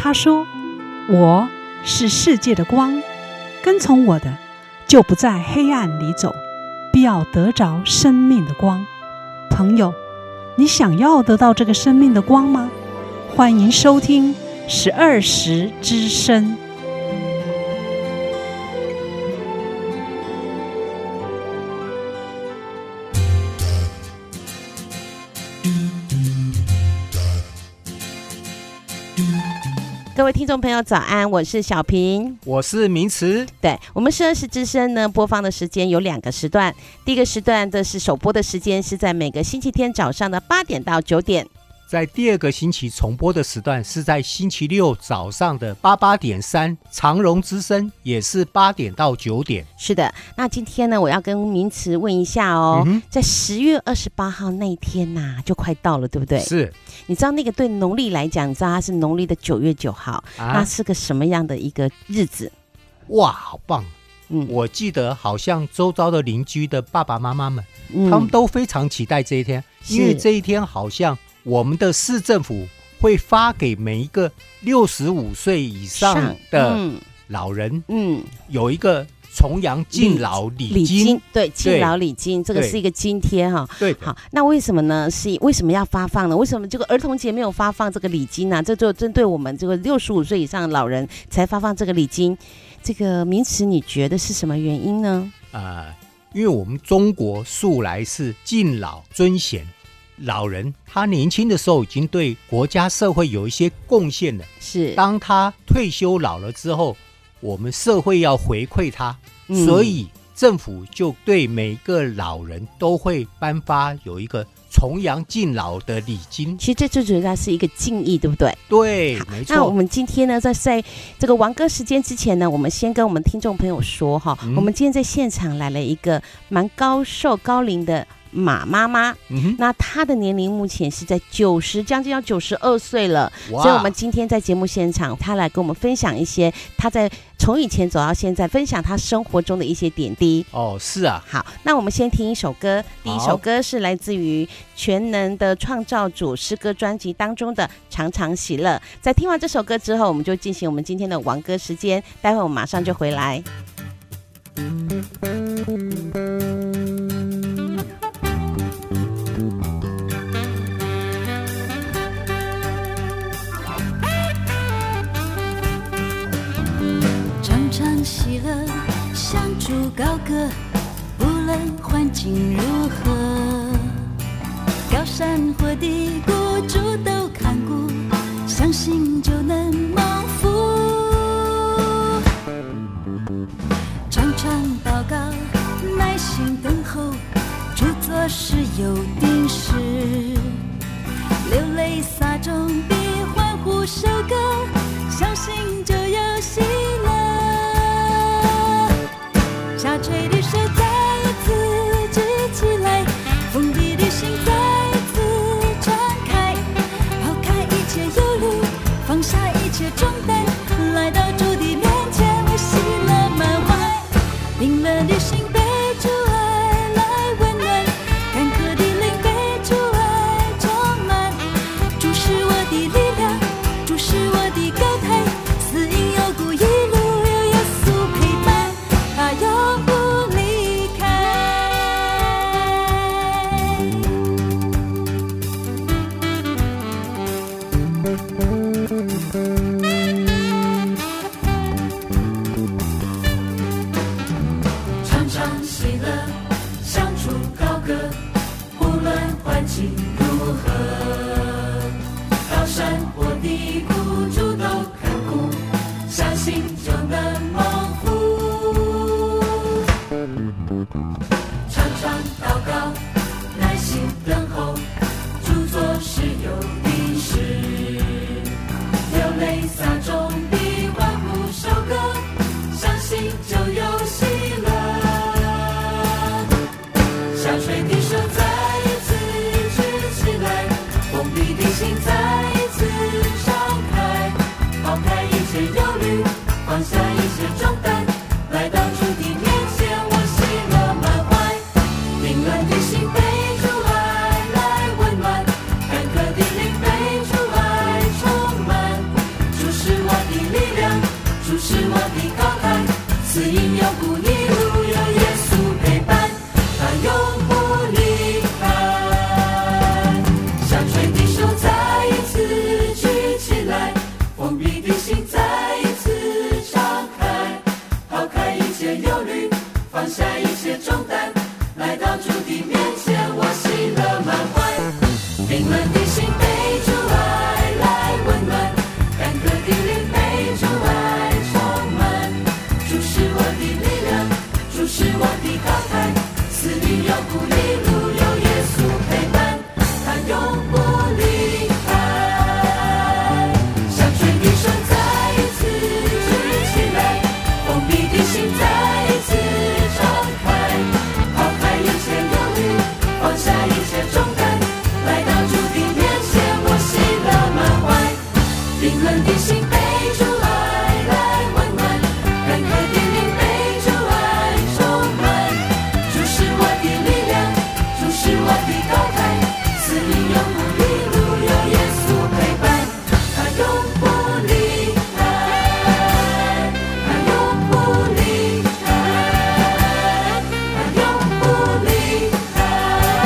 他说：我是世界的光，跟从我的就不在黑暗里走，必要得着生命的光。朋友，你想要得到这个生命的光吗？欢迎收听12时之声。 各位听众朋友早安，我是小平， 我是名词。 对，我们12时之声呢，播放的时间有2个时段。第一个时段的是首播的时间，是在每个星期天早上的8点到9点。 在第2个星期重播的时段是在星期六早上的8点3，长荣之声也是8点到9点。 是的，那今天呢，我要跟名词问一下哦，在10月28号那一天呐，就快到了，对不对？ 是。 你知道那个对农历来讲，你知道它是农历的9月9号，那是个什么样的一个日子？ 哇，好棒！我记得好像周遭的邻居的爸爸妈妈们，他们都非常期待这一天，因为这一天好像我们的市政府会发给每一个65岁以上的老人，有一个重阳敬老礼金， 对，敬老礼金，这个是一个津贴哈。对，好，那为什么呢？是为什么要发放呢？为什么这个儿童节没有发放这个礼金呢？这就针对我们这个65岁以上的老人才发放这个礼金，这个名词你觉得是什么原因呢？ 因为我们中国素来是敬老尊贤。老人他年轻的时候已经对国家社会有一些贡献了，是当他退休老了之后，我们社会要回馈他，所以政府就对每个老人都会颁发有一个重阳敬老的礼金。 其实这最主要是一个敬意，对不对？ 对，没错。 那我们今天呢，在这个王歌时间之前呢，我们先跟我们听众朋友说哈，我们今天在现场来了一个蛮高寿高龄的马妈妈，那她的年龄目前是在90，将近要92岁了，所以我们今天在节目现场，她来跟我们分享一些她在从以前走到现在，分享她生活中的一些点滴。 哦，是啊。 好，那我们先听一首歌，第一首歌是来自于全能的创造主诗歌专辑当中的《常常喜乐》。在听完这首歌之后，我们就进行我们今天的王歌时间，待会我们马上就回来。 喜乐，向主高歌，无论环境如何，高山或低谷，主都看顾，相信就能蒙福。常常祷告，耐心等候，主做事有定时，流泪撒种比欢呼收割，相信就有喜乐。下垂的手再一次举起来，封闭的心再一次敞开，抛开一切忧虑，放下一切重担，来到主的面前，为喜乐满怀。冰冷的心被主爱来温暖，干渴的灵被主爱充满。主是我的力量，主是我的高台，死因有故一路有耶稣陪伴，他永不离开。常常喜乐，向主高歌，无论环境如何，高山或低谷，主都看顾，相信就能蒙福。常常祷告，耐心等候，主做事有定时，流泪撒种比欢呼收割，相信就有喜乐。下垂的手再一次举起来，封闭的心再一次敞开，抛开一切忧虑，放下一切重担，来到主的面前，我喜乐满怀。冰冷的心被主爱来温暖，干渴的灵被主爱充满。主是力量，主是我的高台，此因有故一路有耶稣陪伴，他永不离开。下垂的手再一次举起来，封闭的心再一次敞开，抛开一切忧虑，放下一切重担，来到主的面前，我喜乐满怀。冰冷的心被主爱来温暖，干涸的灵被主爱充满。主是我的力量，主是我的高台，此地有故一路有耶稣陪伴，他永不离开。下垂的手再一次举起来，封闭的心再一次敞开，抛开一切忧虑，放下一切重担，来到主的面前，我喜乐满怀。冰冷的心被主爱来温暖，干涸的灵被主爱充满。主是我的力量，主是我的高台，此因有故一路有耶稣陪伴，他永不离开，他永不离开，他永不离开。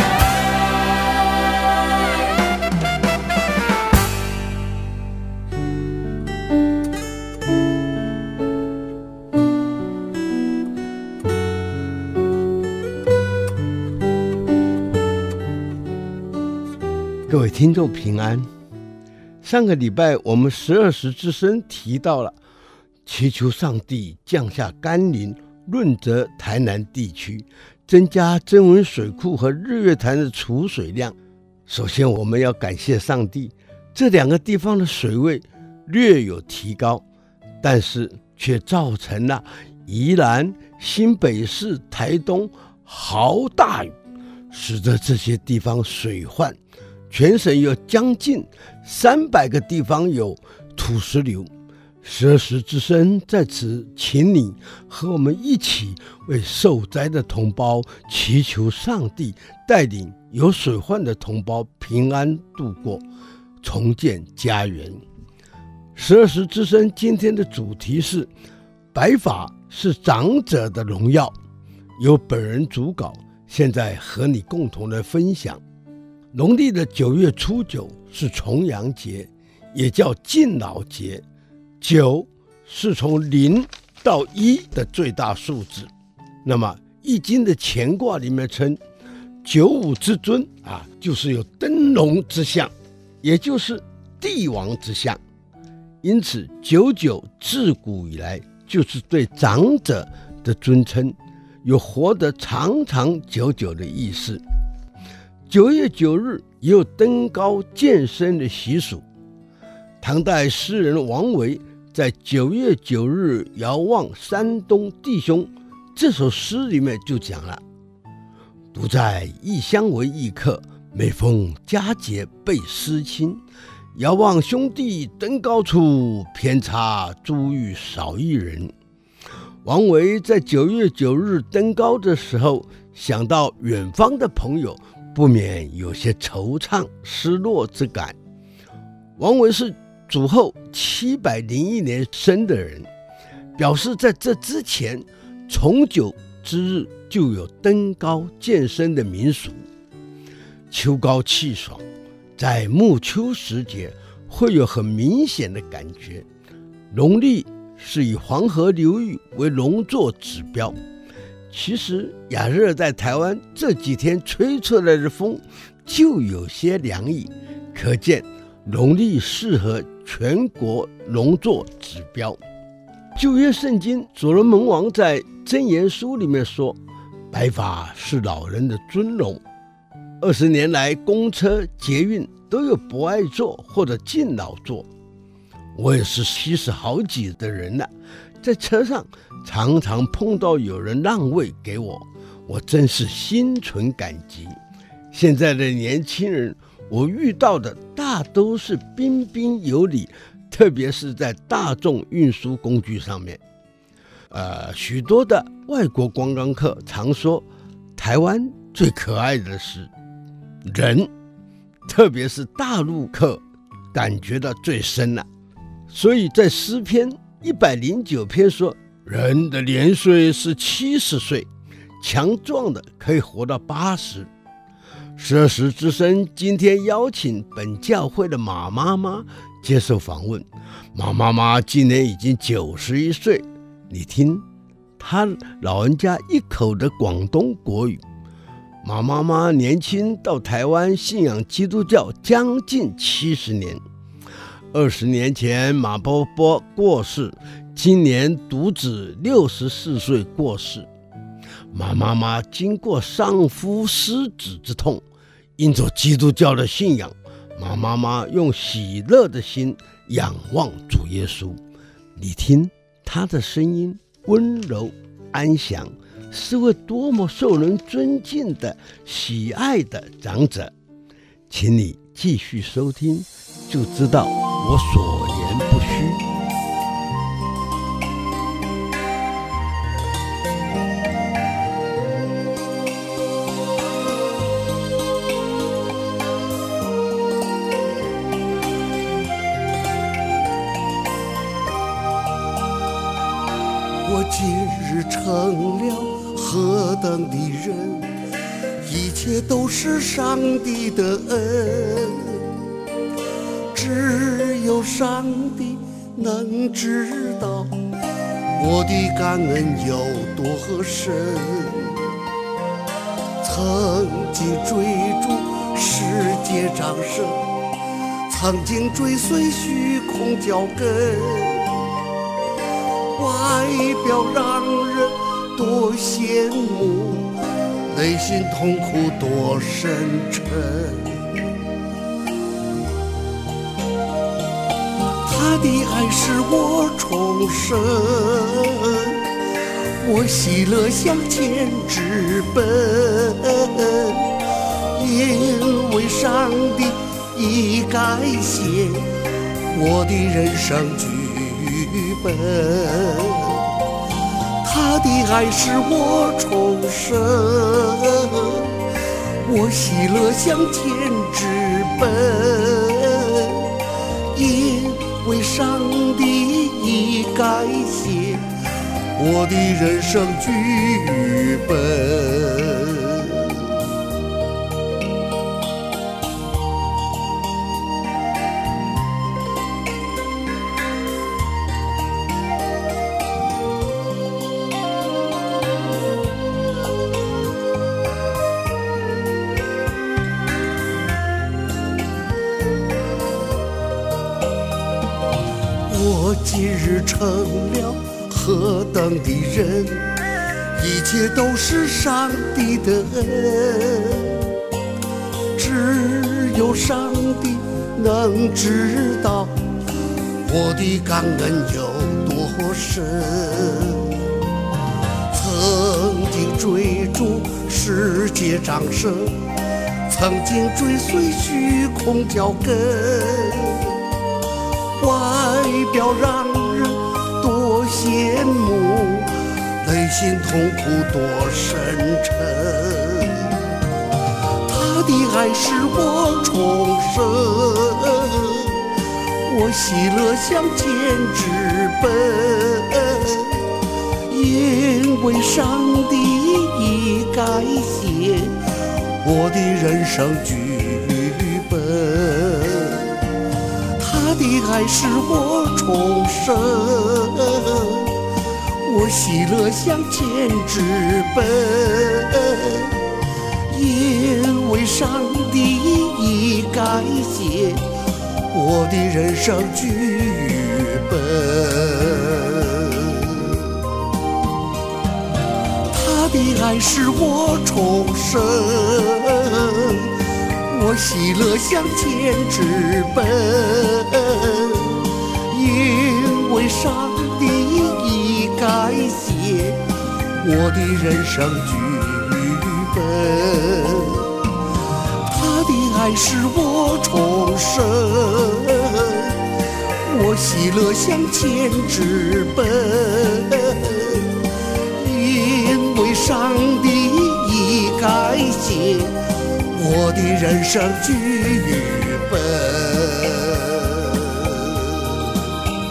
各位听众平安。上个礼拜我们12时之声提到了祈求上帝降下甘霖，润泽台南地区，增加曾文水库和日月潭的储水量。首先我们要感谢上帝，这两个地方的水位略有提高，但是却造成了宜兰、新北市、台东豪大雨，使得这些地方水患，全省有将近300个地方有土石流。12时之声在此请你和我们一起为受灾的同胞祈求上帝带领有水患的同胞平安度过，重建家园。12时之声今天的主题是白发是长者的荣耀，由本人主稿，现在和你共同的分享。农历的9月初9是重阳节，也叫敬老节。9是从0到1的最大数字。那么易经的乾卦里面称95之尊就是有灯笼之象，也就是帝王之象。因此99自古以来就是对长者的尊称，有活得长长久久的意思。9月9日也有登高健身的习俗。唐代诗人王维在9月9日遥望山东弟兄这首诗里面就讲了：独在异乡为异客，每逢佳节倍思亲。遥望兄弟登高处，偏差珠玉少一人。王维在9月9日登高的时候，想到远方的朋友，不免有些惆怅失落之感。王维是主后701年生的人，表示在这之前重九之日就有登高健身的民俗。秋高气爽，在暮秋时节会有很明显的感觉。农历是以黄河流域为农作指标，其实亚热带台湾这几天吹出来的风就有些凉意，可见农历适合全国农作指标。旧约圣经所罗门王在箴言书里面说，白发是老人的尊荣。20年来公车捷运都有博爱座或者敬老座。我也是70好几的人了，在车上常常碰到有人让位给我，我真是心存感激。现在的年轻人，我遇到的大都是彬彬有礼，特别是在大众运输工具上面。许多的外国观光客常说，台湾最可爱的是人，特别是大陆客感觉到最深了。 所以在诗篇109篇说，人的年岁是70岁，强壮的可以活到80。12时之声今天邀请本教会的马妈妈接受访问。马妈妈今年已经91岁，你听她老人家一口的广东国语。马妈妈年轻到台湾信仰基督教将近70年。20年前马伯伯过世，今年独子64岁过世。马妈妈经过丧夫失子之痛，因着基督教的信仰，马妈妈用喜乐的心仰望主耶稣。你听她的声音温柔安详，是位多么受人尊敬的喜爱的长者。请你继续收听，就知道我所言不虚。 我今日成了何等的人，一切都是上帝的恩，只有上帝能知道我的感恩有多深。曾经追逐世界掌声，曾经追随虚空脚跟，外表让人多羡慕，内心痛苦多深沉。他的爱使我重生，我喜乐向前直奔，因为上帝已改写我的人生剧本。他的爱使我重生，我喜乐向前直奔，因为上帝已改写我的人生剧本。我今日成了何等的人，一切都是上帝的恩，只有上帝能知道我的感恩有多深。曾经追逐世界掌声，曾经追随虚空脚跟，外表让人多羡慕，内心痛苦多深沉。他的爱使我重生，我喜乐向前直奔，因为上帝已改写我的人生剧本。他的爱使我重生，我喜乐向前直奔，因为上帝已改写我的人生剧本。他的爱使我重生，我喜乐向前直奔，因为上帝已改写我的人生剧本。他的爱使我重生，我喜乐向前直奔，因为上帝已改写我的人生剧本。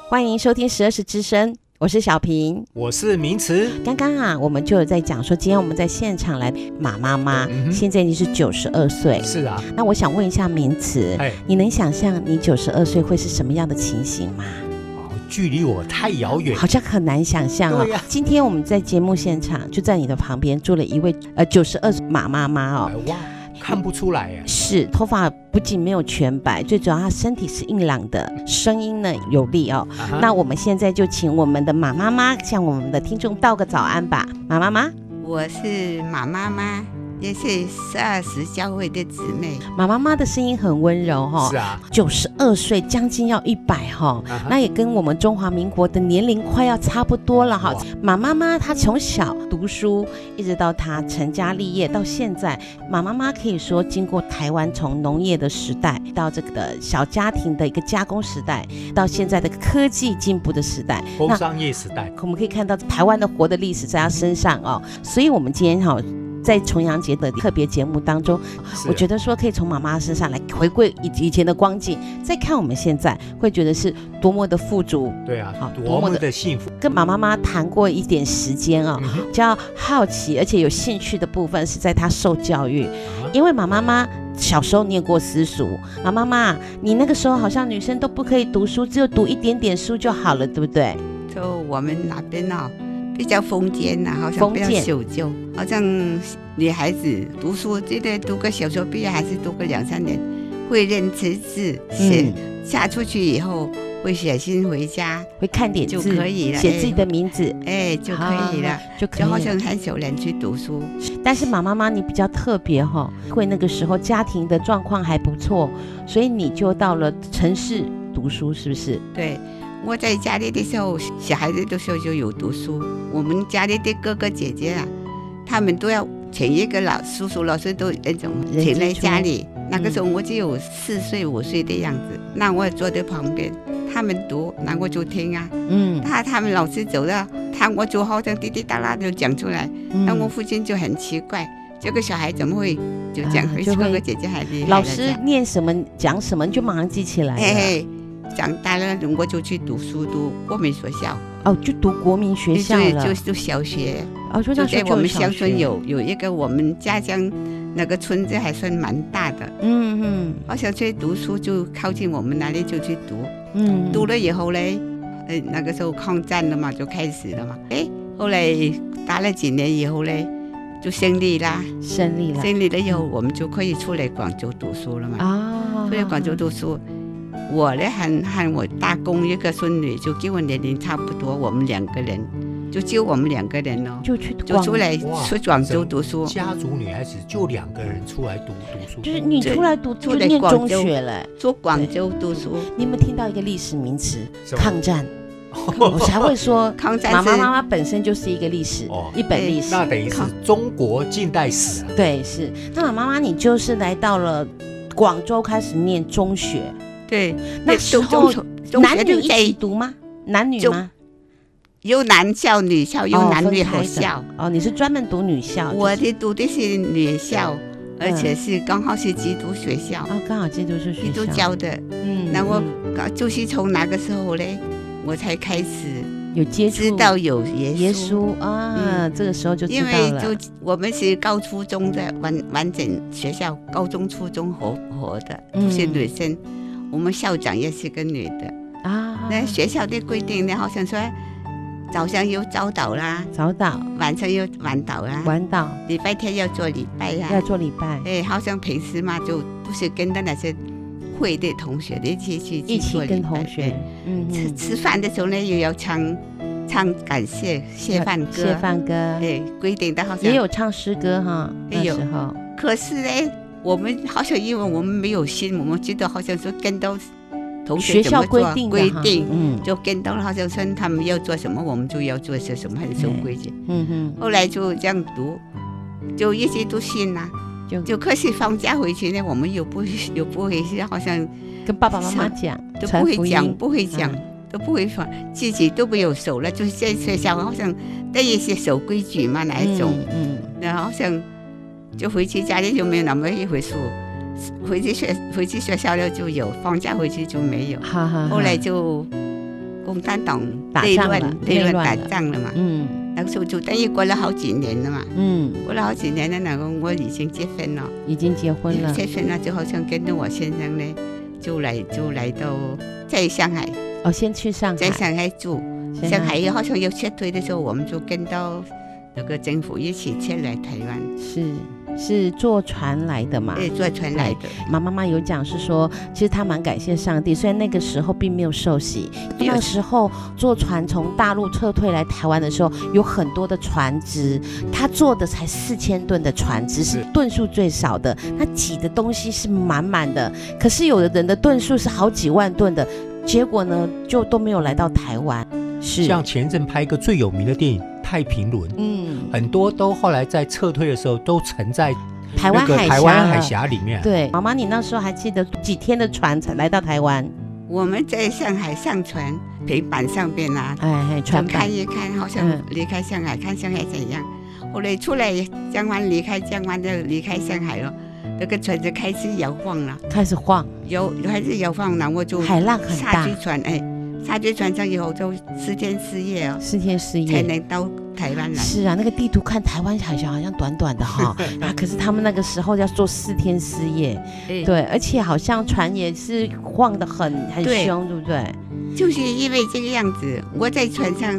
欢迎收听12时之声，我是小平， 我是名词。 刚刚啊，我们就有在讲说，今天我们在现场来马妈妈，现在已经是92岁。 是啊， 那我想问一下名词，你能想象你92岁会是什么样的情形吗？ 距离我太遥远， 好像很难想象哦。今天我们在节目现场，就在你的旁边坐了一位92岁马妈妈哦。 哇，看不出来耶。 是，头发不仅没有全白，最主要她身体是硬朗的，声音呢有力哦。那我们现在就请我们的马妈妈向我们的听众道个早安吧。马妈妈， 我是马妈妈，也是12时教会的姊妹。 马妈妈的声音很温柔哈， 是啊 ，92岁，将近要100哈，那也跟我们中华民国的年龄快要差不多了哈。马妈妈她从小读书，一直到她成家立业，到现在，马妈妈可以说经过台湾从农业的时代到这个小家庭的一个加工时代，到现在的科技进步的时代， 工商业时代， 我们可以看到台湾的活的历史在她身上哦。所以我们今天哈，在重阳节的特别节目当中，我觉得说可以从妈妈身上来回归以前的光景，再看我们现在，会觉得是多么的富足。 对啊，多么的幸福。 跟马妈妈谈过一点时间啊，比较好奇而且有兴趣的部分是在她受教育，因为马妈妈小时候念过私塾。马妈妈，你那个时候好像女生都不可以读书，只有读一点点书就好了，对不对？ 就我们那边哦，比较封建好像比较守旧，好像女孩子读书，记得读个小学毕业还是读个2-3年，会认识字，下出去以后会写信回家， 会看点字就可以了， 写自己的名字， 就可以了，就好像很少人去读书。 但是马妈妈你比较特别哈，会那个时候家庭的状况还不错，所以你就到了城市读书，是不是？ 对。我在家里的时候，小孩子的时候就有读书。我们家里的哥哥姐姐啊，他们都要请一个叔叔老师都那种请来家里。那个时候我只有4岁5岁的样子，那我坐在旁边，他们读，那我就听啊。他们老师走了，我就好像滴滴答答就讲出来。那我父亲就很奇怪，这个小孩怎么会就讲回哥哥姐姐还厉害？ 老师念什么讲什么就马上记起来了。 长大了我就去读书，读国民学校。 就读国民学校了， 就小学。 就在我们乡村有一个我们家乡那个村子还算蛮大的。好想去读书，就靠近我们那里就去读。读了以后嘞，那个时候抗战了嘛，就开始了嘛。后来打了几年以后嘞，就胜利了以后，我们就可以出来广州读书了嘛。出来广州读书。我呢和我大公一个孙女，就跟我年龄差不多，我们2个人，就我们2个人哦，就出来去广州读书。 家族女孩子就2个人出来读书， 就是你出来读就念中学了， 做广州读书。 你有没有听到一个历史名词？抗战。我才会说， 抗战。 妈妈本身就是一个历史，一本历史。 那等于是中国近代史。 对，是。那妈妈，你就是来到了广州开始念中学。 对， 那时候男女一起读吗？男女吗？ 有男校、女校，有男女合校。 你是专门读女校？ 我读的是女校，而且是刚好是基督学校。 刚好基督是学校，基督教的。那我就是从那个时候嘞，我才开始有接触， 知道有耶稣啊。这个时候就知道了。 因为就我们是高初中的完整学校，高中、初中合的，都是女生。我们校长也是个女的那学校的规定呢，好像说早上有早祷啦，晚上有晚祷啦，礼拜天要做礼拜呀，好像平时嘛就都是跟着那些会的同学一起跟同学， 吃饭的时候呢又要唱感谢谢饭歌，规定的好像也有唱诗歌哈，那时候。 可是呢。我们好像因为我们没有心，我们觉得好像说跟到同学怎么做规定，就跟到好像说他们要做什么，我们就要做些什么，很守规矩。后来就这样读，就一直都信啦。就可是放假回去呢，我们又不会好像跟爸爸妈妈讲， 都不会讲，都不会放，自己都没有守了，就是在学校好像的一些守规矩嘛那一种，然后好像。就回去家里就没有那么一回事，回去学校了就有，放假回去就没有。后来就共产党内乱打仗了嘛。那个时候就等于过了好几年了嘛。过了好几年了，那个我已经结婚了。结婚了就好像跟着我先生呢，就来到在上海。 先去上海， 在上海住。上海好像要撤退的时候，我们就跟到那个政府一起撤来台湾。 是坐船来的嘛？ 对，坐船来的。 妈妈有讲是说，其实她蛮感谢上帝，虽然那个时候并没有受洗。那时候坐船从大陆撤退来台湾的时候，有很多的船只，他坐的才4000吨的船只，是吨数最少的，他挤的东西是满满的。可是有的人的吨数是好几万吨的，结果呢就都没有来到台湾。 像前阵拍一个最有名的电影《太平轮》，很多都后来在撤退的时候都沉在台湾海峡里面。 对，妈妈，你那时候还记得几天的船才来到台湾？ 我们在上海上船，平板上边啊，船看一看，好像离开上海，看上海怎样。后来出来江湾，离开江湾就离开上海了，那个船就开始摇晃了， 开始晃， 开始摇晃，然后就海浪很大， 下去船，下去船上以后就4天4夜哦 ，4天4夜才能到台湾来。 是啊，那个地图看台湾海峡好像短短的哈，可是他们那个时候要坐4天4夜，对，而且好像船也是晃得很凶，对不对？ 就是因为这个样子，我在船上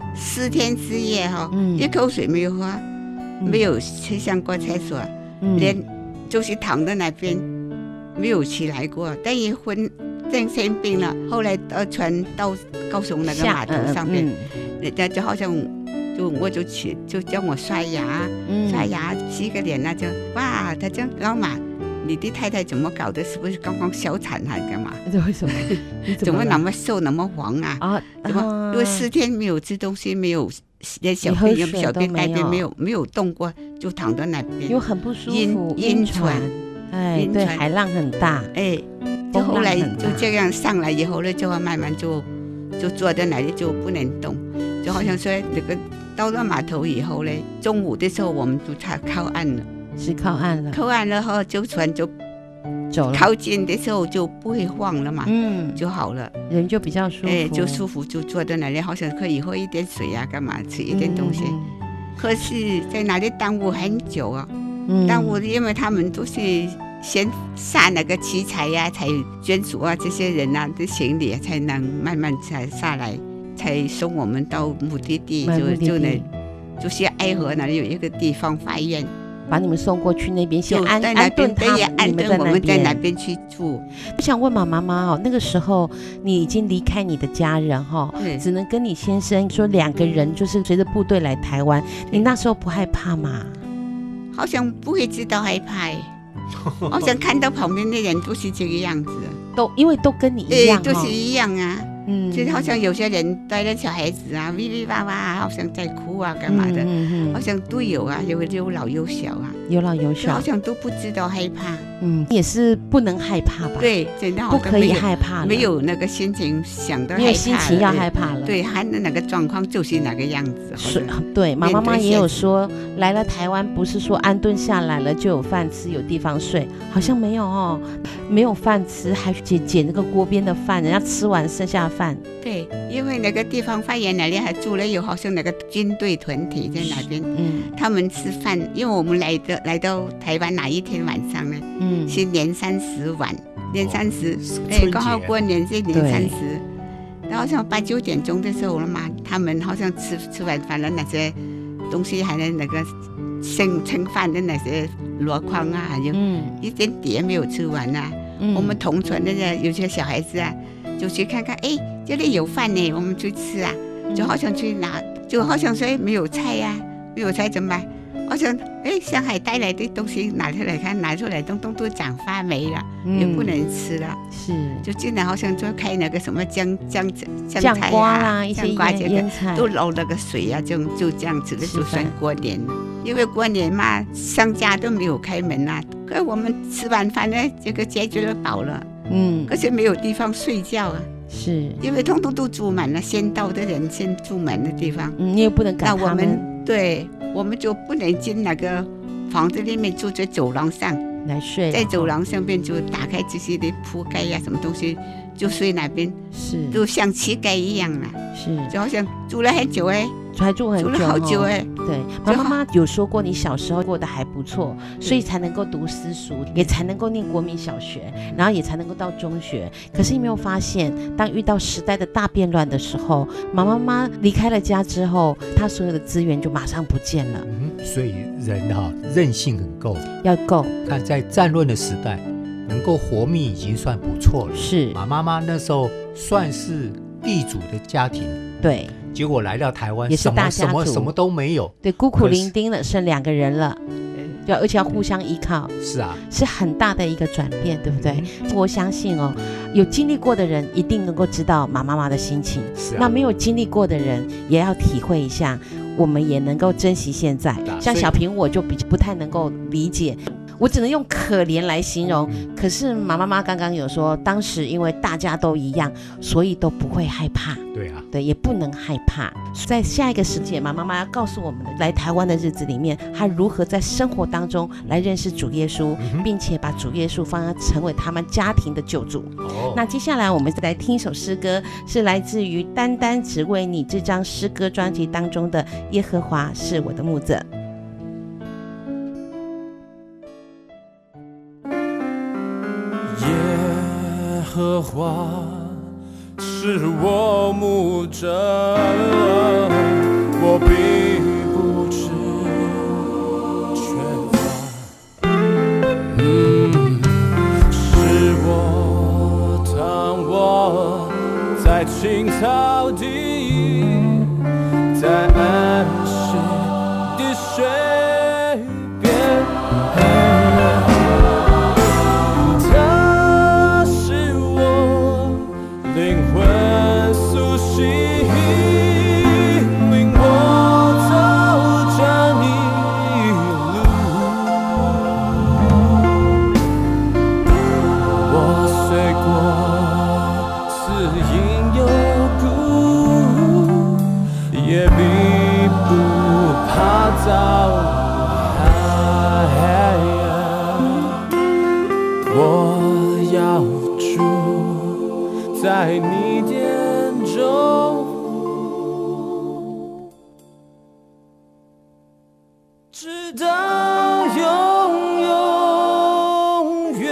4天4夜哈，一口水没有喝，没有去上过厕所，连就是躺在那边没有起来过，等于正生病了。后来船到高雄那个码头上面，人家就好像我就去就叫我刷牙，洗个脸，那就哇，他讲老马，你的太太怎么搞的？是不是刚刚小产还干嘛？ 为什么？ 怎么那么瘦那么黄啊？怎么？因为4天没有吃东西，没有连小便大便没有动过，就躺在那边， 又很不舒服，晕船。对，海浪很大， 就后来就这样上来以后呢，就慢慢就坐在那里就不能动，就好像说那个到了码头以后呢，中午的时候我们就靠岸了，靠岸了后就船就走了，靠近的时候就不会晃了嘛，就好了， 人就比较舒服， 就舒服，就坐在那里，好像可以喝一点水啊，干嘛吃一点东西，可是在那里耽误很久啊，耽误，因为他们都是先下那个器材呀，才眷属啊这些人啊的行李才能慢慢才下来，才送我们到目的地，就能就是爱河那里有一个地方法院， 把你们送过去那边，先安顿他们， 安顿我们在那边去住。 我想问妈妈那个时候你已经离开你的家人只能跟你先生说2个人就是随着部队来台湾，你那时候不害怕吗？ 好像不会知道害怕好像看到旁边的人都是这个样子， 因为都跟你一样， 都是一样啊。就是好像有些人带着小孩子啊，喂喂哇哇，好像在哭啊，干嘛的，好像都有啊，有老有小啊， 有老有小， 好像都不知道害怕。 也是不能害怕吧？ 对，真的不可以害怕了， 没有那个心情想到害怕， 没有心情要害怕了。 对，他的那个状况就是那个样子。 对，妈妈也有说，来了台湾不是说安顿下来了就有饭吃，有地方睡，好像没有没有饭吃，还捡那个锅边的饭，人家吃完剩下饭。 对，因为那个地方法院那里还住了有好像那个军队团体在那边，他们吃饭，因为我们来到台湾哪一天晚上呢？是年30晚，年30，刚好过年是年30，然后好像8、9点钟的时候了嘛，他们好像吃完饭了，那些东西还有那个盛饭的那些箩筐啊，还有一点碟没有吃完啊。我们同船的有些小孩子啊，就去看看，这里有饭呢，我们去吃啊，就好像去拿，就好像说没有菜啊，没有菜怎么办？好像上海带来的东西拿出来看，拿出来东都长发霉了，也不能吃了。是，就进来好像就开那个什么酱菜瓜啦，一些腌菜都捞那个水啊，就这样子的，就算过年了。因为过年嘛，商家都没有开门啊，可我们吃完饭呢，这个解决了饱了，可是没有地方睡觉啊。是，因为通通都住满了，先到的人先住满的地方， 你也不能赶他们。 我们就不能进那个房子里面，住在走廊上， 来睡， 在走廊上边就打开这些的铺盖呀，什么东西就睡那边， 是就像乞丐一样啦， 是就好像住了很久还住很久， 住了好久对，妈妈有说过你小时候过得还不错，所以才能够读私塾，也才能够念国民小学，然后也才能够到中学。可是你没有发现，当遇到时代的大变乱的时候，妈妈离开了家之后，她所有的资源就马上不见了。 所以人韧性很够， 要够。 看在战乱的时代，能够活命已经算不错了。 是马妈妈那时候算是地主的家庭， 对。 结果来到台湾， 也是大家族， 什么都没有， 对，孤苦伶仃了，剩2个人了，对，而且要互相依靠， 是啊， 是很大的一个转变，对不对？我相信有经历过的人一定能够知道马妈妈的心情， 是啊， 那没有经历过的人也要体会一下，我们也能够珍惜现在。像小平我就不太能够理解。我只能用可怜来形容，可是马妈妈刚刚有说，当时因为大家都一样，所以都不会害怕。 对啊， 对，也不能害怕。在下一个世界，马妈妈要告诉我们的，来台湾的日子里面，她如何在生活当中来认识主耶稣，并且把主耶稣成为他们家庭的救主。那接下来我们再来听一首诗歌，是来自于《单单只为你》这张诗歌专辑当中的《耶和华是我的牧者》。 耶和华是我牧者，我并不致缺乏。是我躺卧在青草地，在安息的水边。我要住在你殿中，直到永远。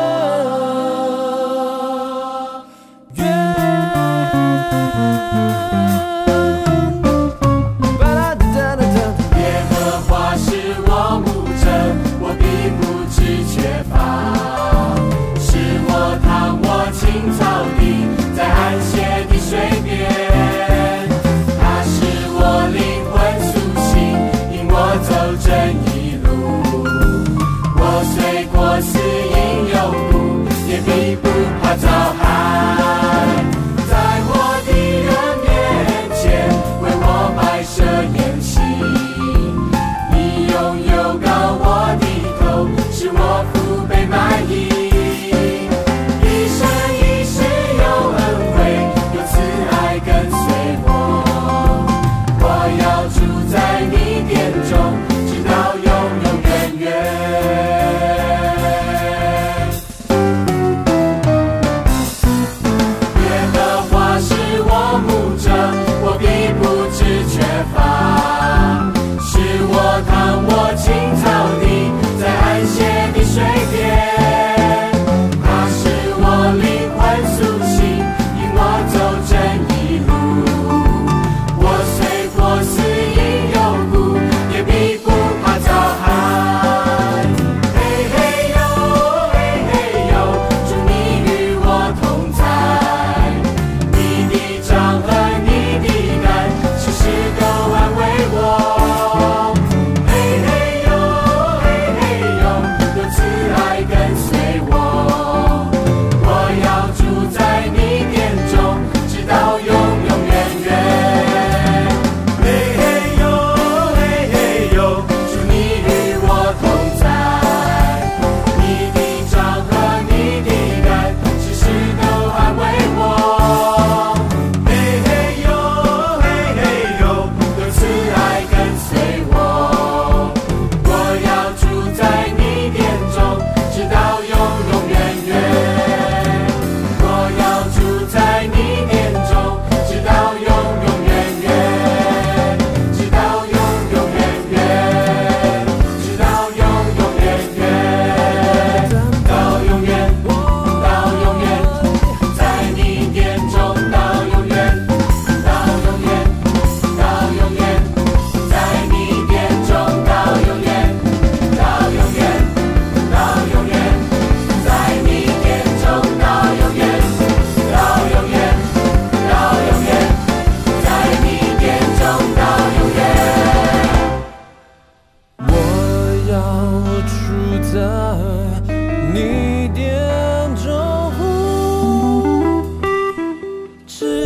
耶和华是我牧者，我并不致缺乏。青草地，在安歇的水边。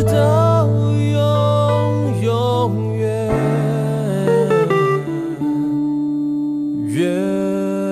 到永永远远。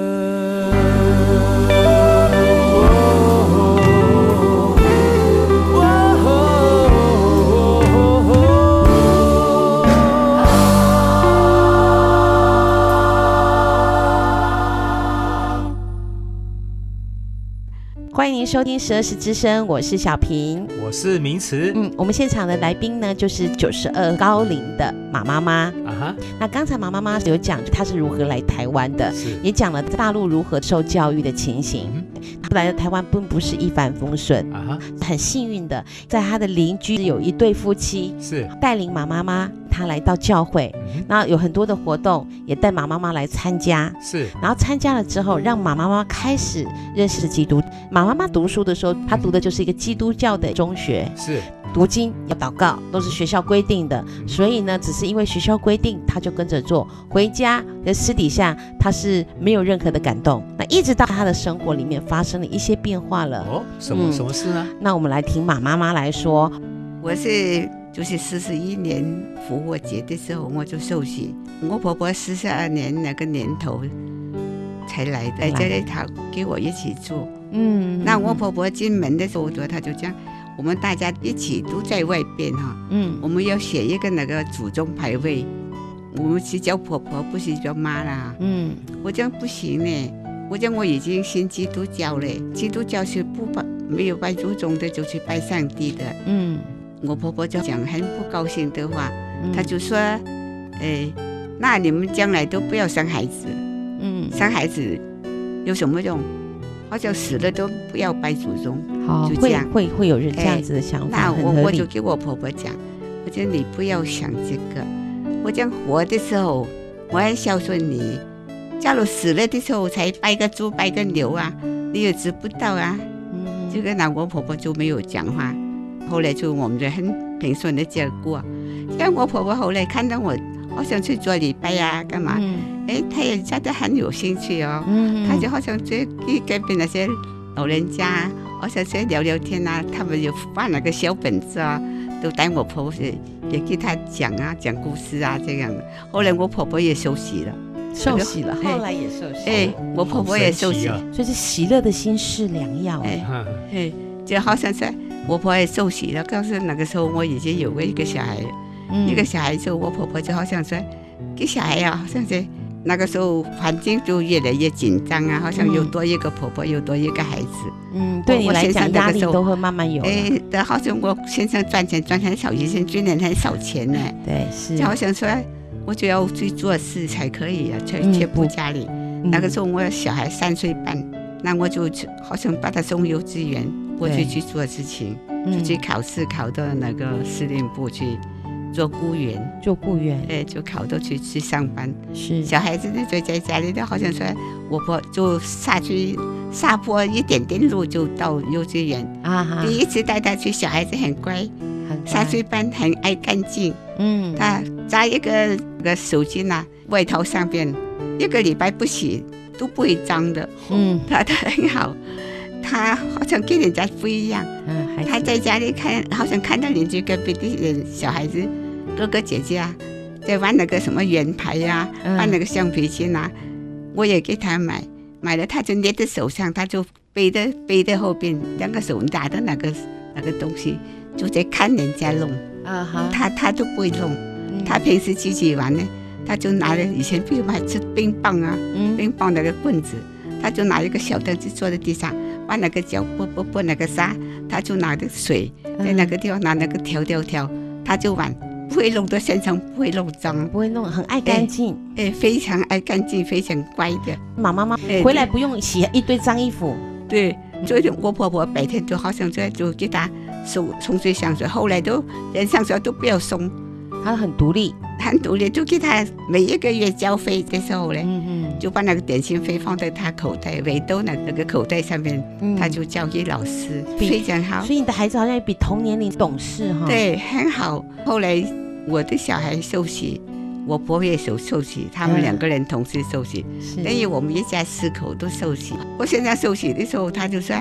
欢迎您收听12时之声，我是小平， 我是名词。 我们现场的来宾呢，就是92高龄的马妈妈。那刚才马妈妈有讲她是如何来台湾的，也讲了大陆如何受教育的情形。她来到台湾并不是一帆风顺，很幸运的，在她的邻居有一对夫妻，是带领马妈妈她来到教会，然后有很多的活动，也带马妈妈来参加。是，然后参加了之后，让马妈妈开始认识基督。马妈妈读书的时候，她读的就是一个基督教的中学，是读经要祷告，都是学校规定的。所以呢，只是因为学校规定，她就跟着做。回家在私底下，她是没有任何的感动。那一直到她的生活里面发生了一些变化了。 什么事呢？ 那我们来听马妈妈来说。 我是就是41年复活节的时候我就受洗，我婆婆42年那个年头才来的，在这里她给我一起住。那我婆婆进门的时候，她就讲，我们大家一起都在外边哈，我们要写一个那个祖宗牌位，我们是叫婆婆，不是叫妈啦。我讲不行呢，我讲我已经信基督教了，基督教是没有拜祖宗的，就去拜上帝的。我婆婆就讲很不高兴的话，她就说，那你们将来都不要生孩子，生孩子有什么用？好像死了都不要拜祖宗，就这样会有人这样子的想法。 那我就给我婆婆讲，我讲你不要想这个，我讲活的时候我很孝顺你，假如死了的时候才拜个猪拜个牛啊，你也知不到啊。这个那我婆婆就没有讲话，后来就我们就很平顺的这样过。像我婆婆后来看到我好像去做礼拜啊干嘛，她也觉得很有兴趣哦，她就好像去跟那些老人家好像去聊聊天啊，他们有放那个小本子啊，都带我婆婆也给她讲啊，讲故事啊这样的。后来我婆婆也受洗了， 后来也受洗， 我婆婆也受洗， 所以是喜乐的心是良药。 就好像是我婆婆也受洗了，告诉那个时候我已经有过一个小孩，一个小孩之后，我婆婆就好像说，给小孩啊，好像是那个时候环境就越来越紧张啊，好像又多一个婆婆，又多一个孩子。 对你来讲压力都会慢慢有。 好像我先生赚钱赚很少，以前赚的很少钱呢。 对，是。 就好像说，我就要去做事才可以啊，却不家里。那个时候我小孩3岁半，那我就好像把他送幼稚园，我就去做事情，就去考试，考到那个司令部去。做雇员，就考到去上班。是小孩子呢，就在家里的，好像说我婆就下坡一点点路就到幼稚园啊。第一次带他去，小孩子很乖，3岁半，很爱干净。他扎一个手巾啊，外套上边1个礼拜不洗都不会脏的。他很好。他好像跟人家不一样，他在家里看，好像看到邻居隔壁的小孩子哥哥姐姐啊，在玩那个什么圆牌啊，玩那个橡皮筋啊，我也给他买了，他就捏在手上，他就背在后边，2个手拿的那个东西，就在看人家弄，他都不会弄，他平时自己玩呢，他就拿了以前比如买吃冰棒啊，冰棒那个棍子，他就拿一个小凳子坐在地上。把那个脚拨那个沙，他就拿着水在那个地方拿那个条，他就玩，不会弄到身上，不会弄脏， 不会弄，很爱干净， 非常爱干净，非常乖的。 妈妈回来不用洗一堆脏衣服， 对，所以我婆婆白天就好像就给他冲水上水，后来都人上水都不要送， 他很独立， 就给他每一个月交费的时候呢，就把那个点心费放在他口袋围兜那个口袋上面，他就交给老师，非常好。 所以你的孩子好像比同年龄懂事哈。 对，很好。后来我的小孩受洗，我婆婆也受洗，他们2个人同时受洗，等于我们一家4口都受洗。我现在受洗的时候，他就说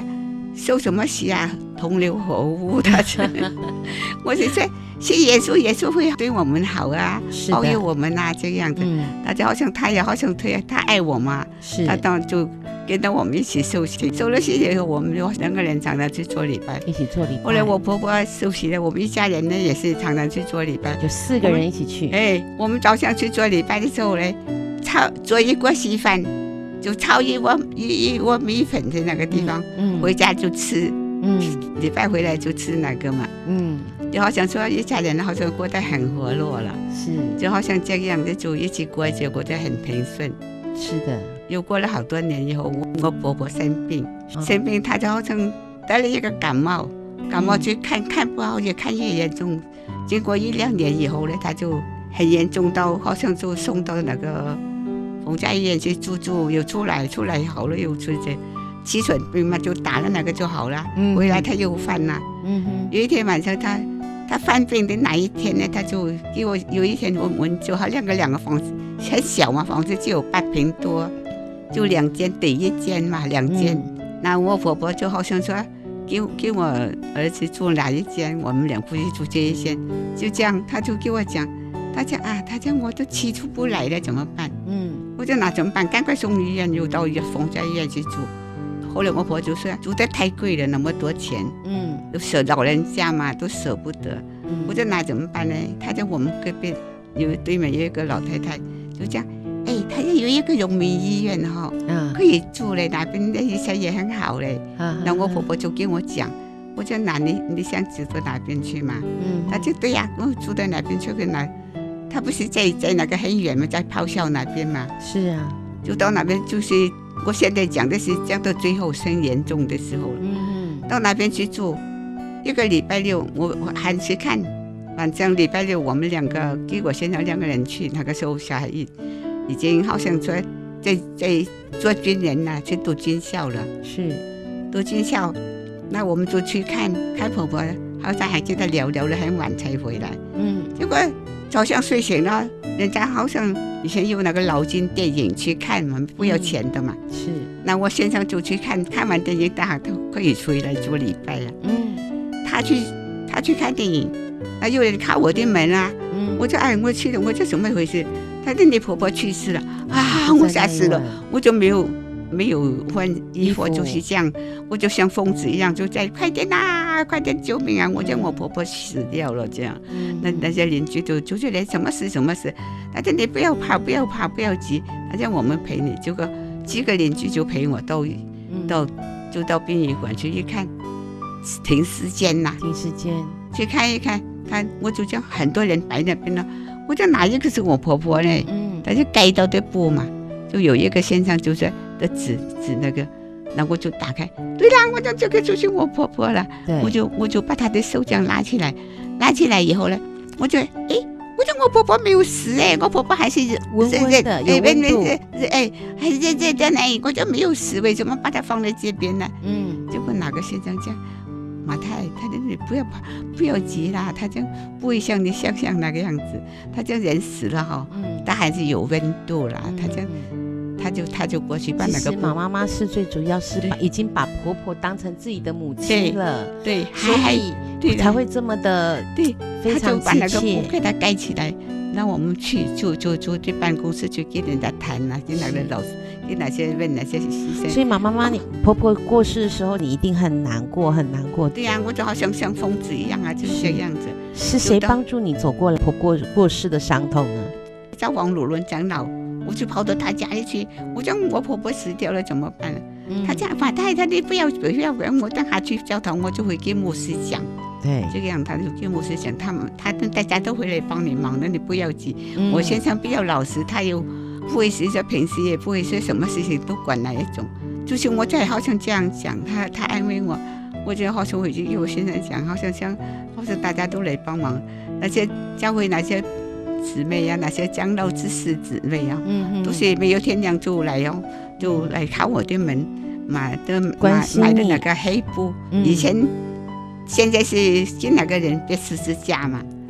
受什么洗啊？同流合污的。我就说是耶稣，耶稣会对我们好啊，保佑我们啊，这样子。大家好像他也好像他爱我嘛，他当然就跟到我们一起受洗。受了洗以后，我们就2个人常常去做礼拜， 一起做礼拜。 后来我婆婆受洗了，我们一家人呢也是常常去做礼拜， 就4个人一起去。 我们早上去做礼拜的时候呢，做一锅稀饭，就炒一锅米粉在那个地方，回家就吃。礼拜回来就吃那个嘛，就好像说一家人好像过得很活络了，是，就好像这样的就一起过，结果就很平顺。 是的， 又过了好多年以后，我婆婆生病，她就好像得了一个感冒去看不好，越看越严重。经过1-2年以后呢，她就很严重到好像就送到那个冯家医院去住，又出来好了又出去。气喘病嘛，就打了那个就好了。回来他又犯了。有一天晚上他犯病的那一天呢，他就给我有一天我们就好两个房子很小嘛，房子就有8平多，就2间对1间嘛，2间。那我婆婆就好像说给我儿子住哪一间，我们2夫妻住这一间，就这样他就给我讲，他讲我都起出不来了怎么办？我就那怎么办？赶快送医院，又到冯家医院去住。后来我婆就说住得太贵了，那么多钱，都舍老人家嘛，都舍不得。我说那怎么办呢？他在我们隔壁对面有一个老太太，就讲，他有一个荣民医院可以住嘞，那边的医生也很好嘞。那我婆婆就跟我讲，我说那你想住到哪边去嘛？他就对呀，我住到哪边去跟哪？他不是在那个很远嘛，在咆哮那边嘛。是啊，就到那边就是。我现在讲的是讲到最后生严重的时候了，到那边去住1个礼拜6，我还去看，反正礼拜6我们2个给我先生2个人去，那个时候小孩已经好像说在做军人了，去读军校了，是读军校，那我们就去看婆婆，好像还跟她聊了很晚才回来，结果早上睡醒了，人家好像以前有那个老金电影去看嘛，不要钱的嘛。是。那我先生就去看完电影，大家都可以回来做礼拜了。他去看电影，那有人敲我的门啊。我说我去了，我说怎么回事？他说你婆婆去世了啊！我吓死了，我就没有换衣服，就是这样，我就像疯子一样，就在快点啊，快点救命啊！我讲我婆婆死掉了，这样，那些邻居就觉得什么事？他说你不要怕，不要急，他讲我们陪你，结果几个邻居就陪我到殡仪馆去一看，停尸间呐，去看一看，我就讲很多人摆那边了，我讲哪一个是我婆婆呢？他就盖到的布嘛。就有一个先生就是的指那个，那我就打开，对啦，我讲这个就是我婆婆了，我就把她的手这样拉起来以后呢，我就我讲我婆婆没有死我婆婆还是温的，有温度， 还是热的呢，我就没有死，为什么把它放在这边呢？结果哪个先生讲，马太，他说你不要怕，不要急啦，他讲不会像你想象那个样子，他讲人死了他还是有温度啦，他讲。他就过去把那个。 其实马妈妈是最主要是已经把婆婆当成自己的母亲了， 对， 所以才会这么的非常他就把那个布给他盖起来，让我们去就去办公室去跟人家谈啊，跟那个老师，跟那些问那些医生。 所以马妈妈，你婆婆过世的时候，你一定很难过。 对呀，我就好像疯子一样啊，就是这样子。 是谁帮助你走过了婆婆过世的伤痛呢？ 叫王鲁伦长老。我就跑到他家里去，我讲我婆婆死掉了怎么办？他讲马太太你不要管我，等下去教堂我就会跟牧师讲。对，这个样他就跟牧师讲，他大家都会来帮你忙的，你不要急。我先生比较老实，他又不会是说平时也不会说什么事情都管那一种，就是我在好像这样讲，他安慰我，我觉得好像我已经跟我先生讲，好像大家都来帮忙，那些教会那些。姊妹啊，那些长老执事姊妹啊，都是没有天亮就来就来敲我的门，买的那个黑布。以前现在是跟那个人别十字架嘛，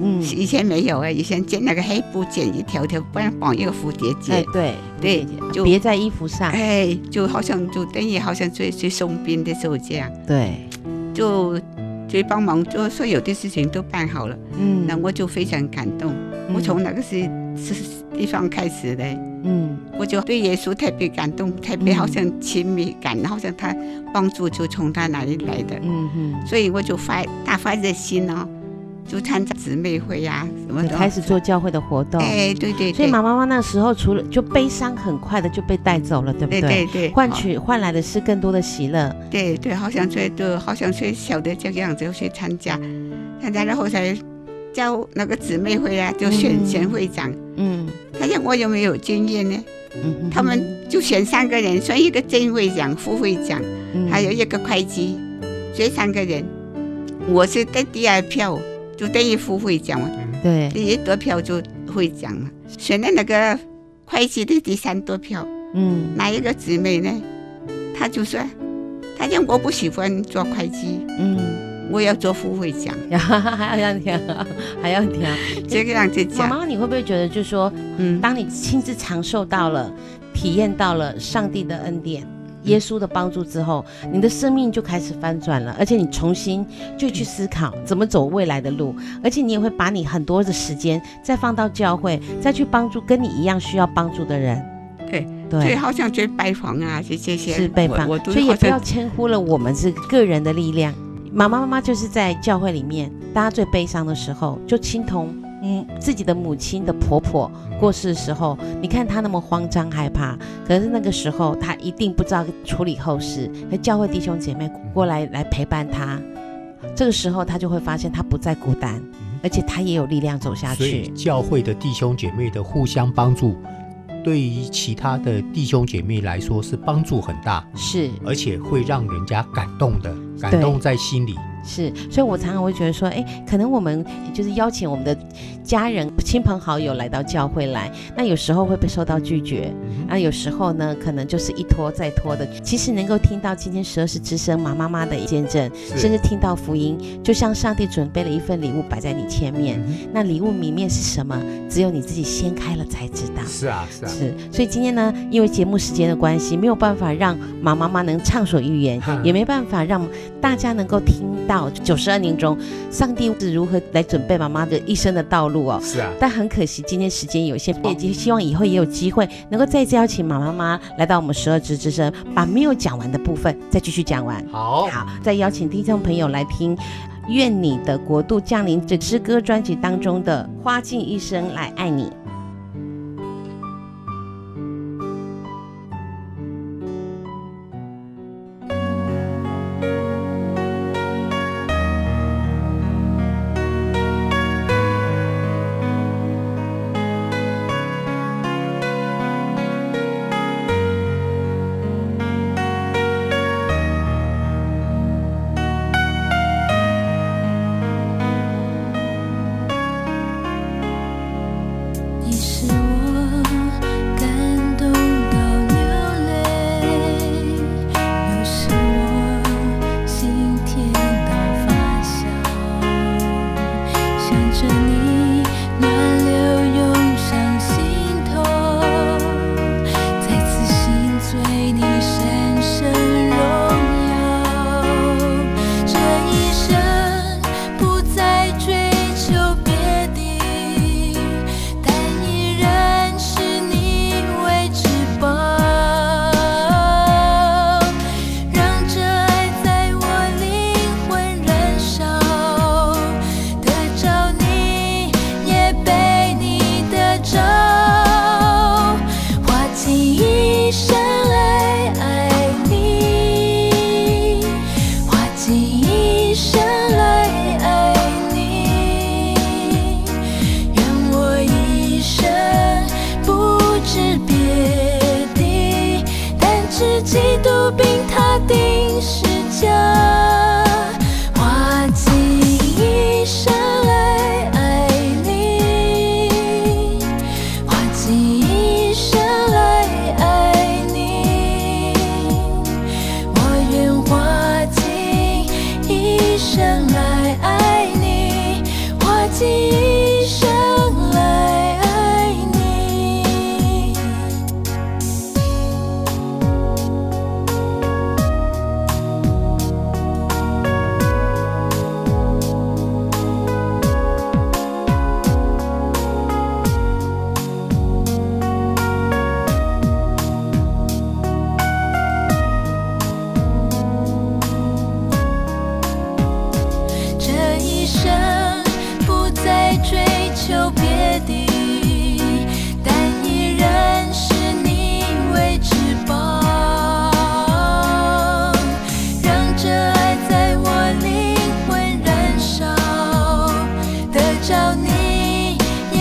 以前没有以前剪那个黑布剪一条条，不然绑一个蝴蝶结， 对，就别在衣服上， 就好像就等于好像最送殡的时候这样， 对， 就帮忙，就所有的事情都办好了，那我就非常感动，我从那个地方开始的，我就对耶稣特别感动，特别好像亲密感，好像他帮助就从他那里来的，所以我就大发热心就参加姊妹会什么的， 开始做教会的活动， 对， 所以妈妈那时候除了就悲伤，很快的就被带走了，对不对？对，换来的是更多的喜乐， 对，好像最小的这个样子去参加，然后才叫那个姊妹会就选会长，他讲我有没有经验呢？他们就选3个人，选一个正会长、副会长，还有一个会计，选3个人，我是得第2票。就等于副会长嘛， 对， 第1多票就会长嘛。选了那个会计的第3多票，那一个姊妹呢，她就说，她讲我不喜欢做会计，我要做副会长， 还要调， 这个样子讲。 妈妈，你会不会觉得，就是说，当你亲自尝受到了、体验到了上帝的恩典？耶稣的帮助之后，你的生命就开始翻转了，而且你重新就去思考怎么走未来的路，而且你也会把你很多的时间再放到教会，再去帮助跟你一样需要帮助的人。 对，所以好像去拜访这些是拜访，所以也不要轻忽了我们是个人的力量。妈妈就是在教会里面，大家最悲伤的时候，就亲同自己的母亲的婆婆过世的时候，你看她那么慌张害怕，可是那个时候她一定不知道处理后事，教会弟兄姐妹过来陪伴她，这个时候她就会发现她不再孤单，而且她也有力量走下去。 所以教会的弟兄姐妹的互相帮助，对于其他的弟兄姐妹来说是帮助很大， 是， 而且会让人家感动在心里。 是，所以我常常会觉得说，可能我们就是邀请我们的家人、亲朋好友来到教会来，那有时候会被受到拒绝，那有时候呢，可能就是一拖再拖的。其实能够听到今天12时之声马妈妈的见证，甚至听到福音，就像上帝准备了一份礼物摆在你前面，那礼物里面是什么？只有你自己掀开了才知道。 是。 所以今天呢，因为节目时间的关系，没有办法让马妈妈能畅所欲言，也没办法让大家能够听到92年中上帝是如何来准备妈妈的一生的道路是啊。 但很可惜今天时间有限，也希望以后也有机会能够再次邀请马妈妈来到我们12时之声，把没有讲完的部分再继续讲完。好，再邀请听众朋友来听愿你的国度降临这诗歌专辑当中的花尽一生来爱你。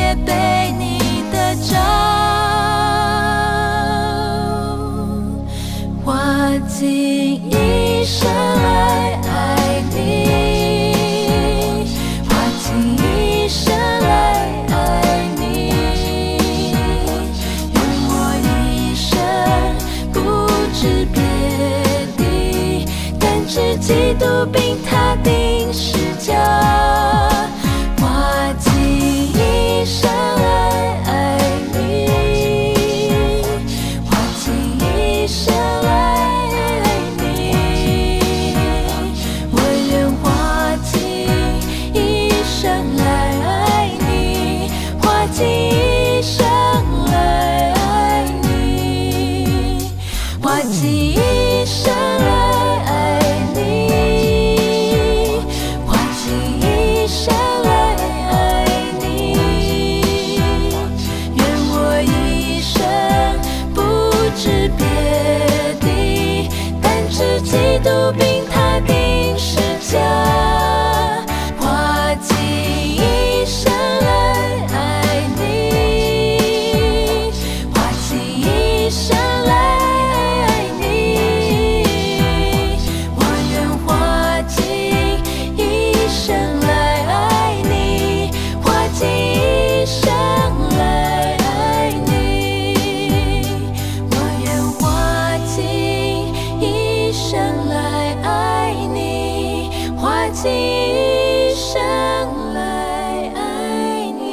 对你的照，花尽一生来爱你，花尽一生来爱你，愿我一生不知别地，但知基督并他定十架，花尽一生来爱你，花尽一生来爱你，我愿花尽一生来爱你，花尽一生来爱你，花尽一生来爱你，花尽一生来爱你，愿我一生不知别地，但知基督并他定十架，花尽一生来爱你，花尽一生来爱你，我愿花尽一生来爱你，花尽一生来爱你，我愿花尽一生来爱你，花尽一生来爱你。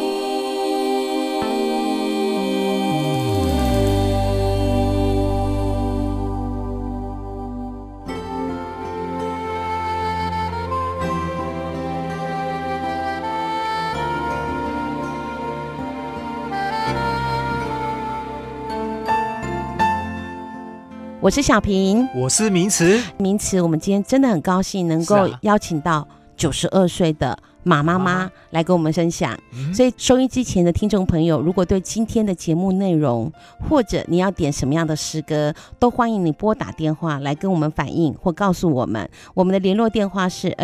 我是小平， 我是名词。 名词，我们今天真的很高兴能够邀请到92岁的马妈妈来跟我们分享。所以收音机前的听众朋友，如果对今天的节目内容，或者你要点什么样的诗歌，都欢迎你拨打电话来跟我们反映或告诉我们。我们的联络电话是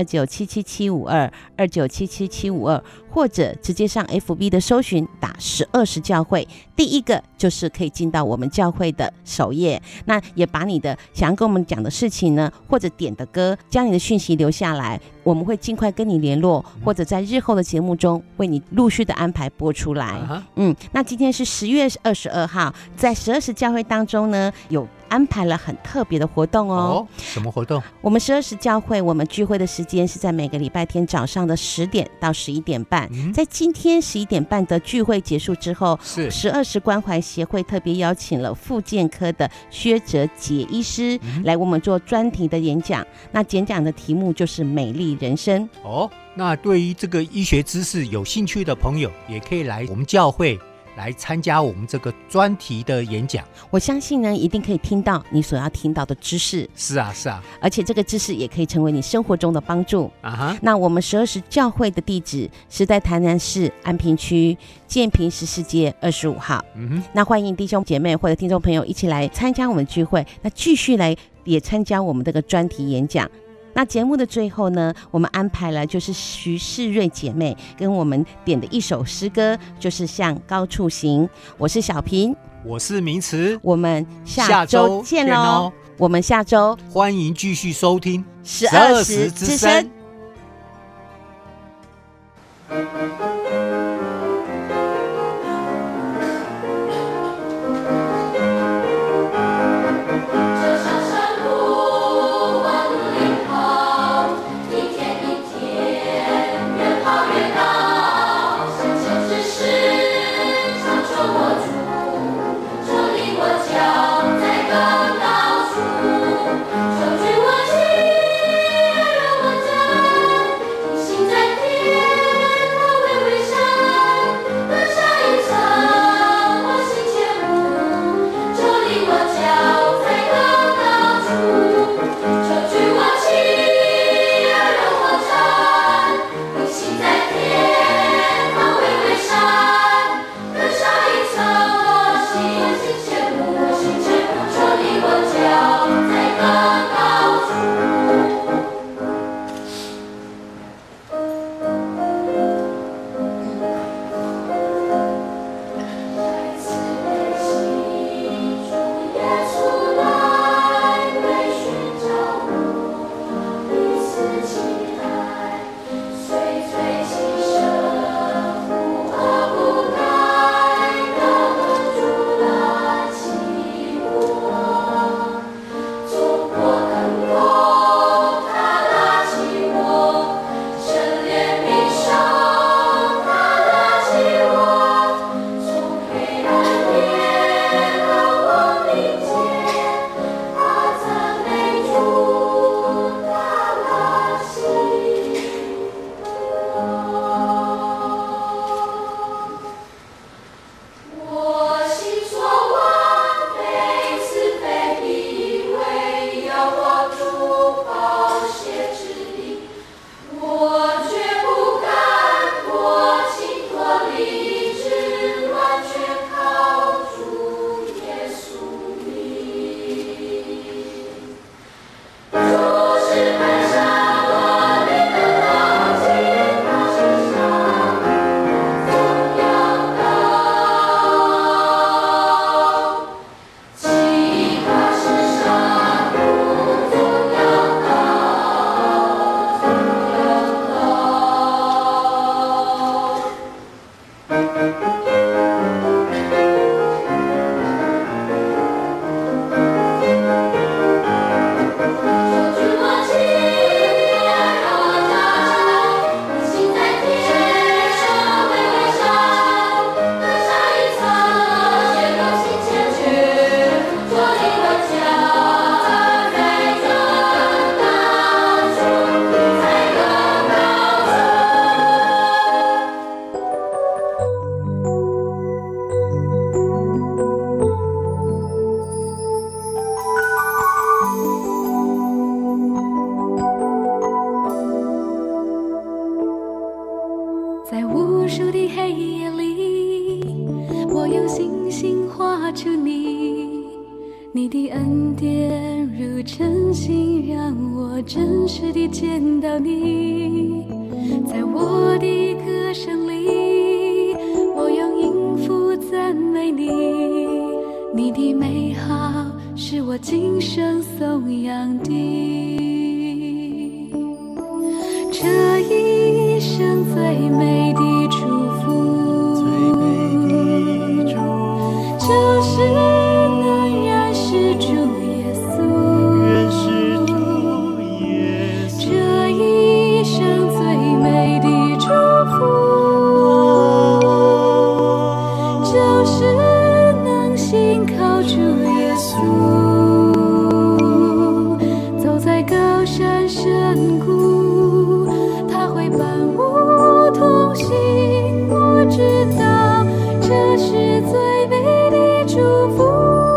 297752297752，或者直接上 FB 的搜寻打12时教会，第一个就是可以进到我们教会的首页。那也把你的想要跟我们讲的事情呢，或者点的歌，将你的讯息留下来，我们会尽快跟你联络，或者在日后的节目中为你陆续的安排播出来。那今天是10月22号，在12时教会当中呢，有安排了很特别的活动哦。 什么活动？我们12时教会，我们聚会的时间是在每个礼拜天早上的10点到11点半。在今天11点半的聚会结束之后，是12时关怀协会特别邀请了复健科的薛哲杰医师来我们做专题的演讲。那演讲的题目就是美丽人生。 那对于这个医学知识有兴趣的朋友，也可以来我们教会来参加我们这个专题的演讲。 我相信呢，一定可以听到你所要听到的知识。 是啊， 而且这个知识也可以成为你生活中的帮助。那我们12时教会的地址是在台南市安平区建平14街25号。那欢迎弟兄姐妹或者听众朋友一起来参加我们聚会，那继续来也参加我们这个专题演讲。那节目的最后呢，我们安排了就是徐世瑞姐妹跟我们点的一首诗歌，就是向高处行。我是小平， 我是名词， 我们下周见咯。我们下周欢迎继续收听 12时之声。 心在天，他微微笑。 在无数的黑夜里，我用星星画出你，你的恩典如晨星，让我真实地见到你。在我的歌声里，我用音符赞美你，你的美好是我今生颂扬的。这一生最美的祝福，就是能认识主耶稣。这一生最美的祝福，就是能信靠主耶稣。走在高山深谷，他会伴我同行，我知道这是最美的祝福。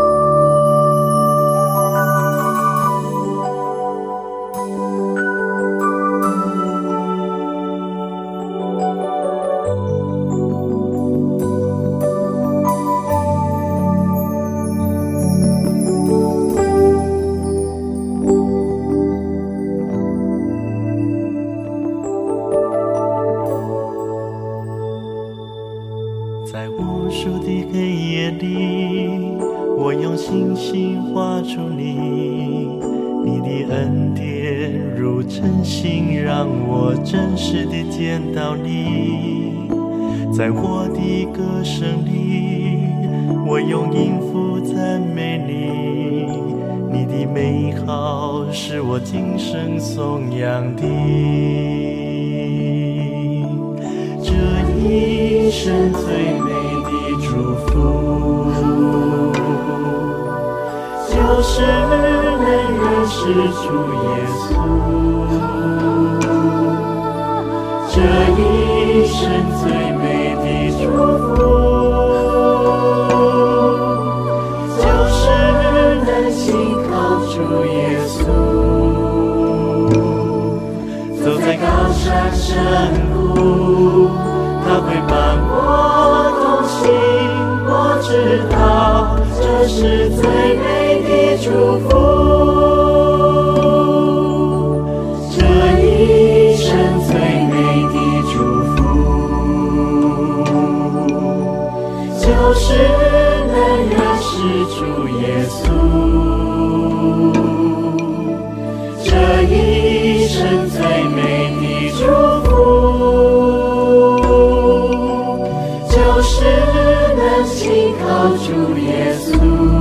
在无数的黑夜里，我用星星画出你，你的恩典如晨星，让我真实地见到你。在我的歌声里，我用音符赞美你，你的美好是我今生颂扬的。这一生最美的祝福，就是能认识主耶稣。这一生最美的祝福，就是能信靠主耶稣。走在高山深谷，他会伴我同行，我知道这是最美的祝福。这一生最美的祝福，就是能认识主耶稣。这一生最美的祝福，就是能信靠主耶稣。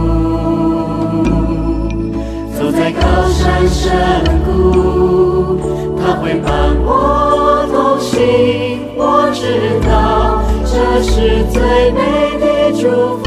走在高山深谷，他会伴我同行，我知道这是最美的祝福。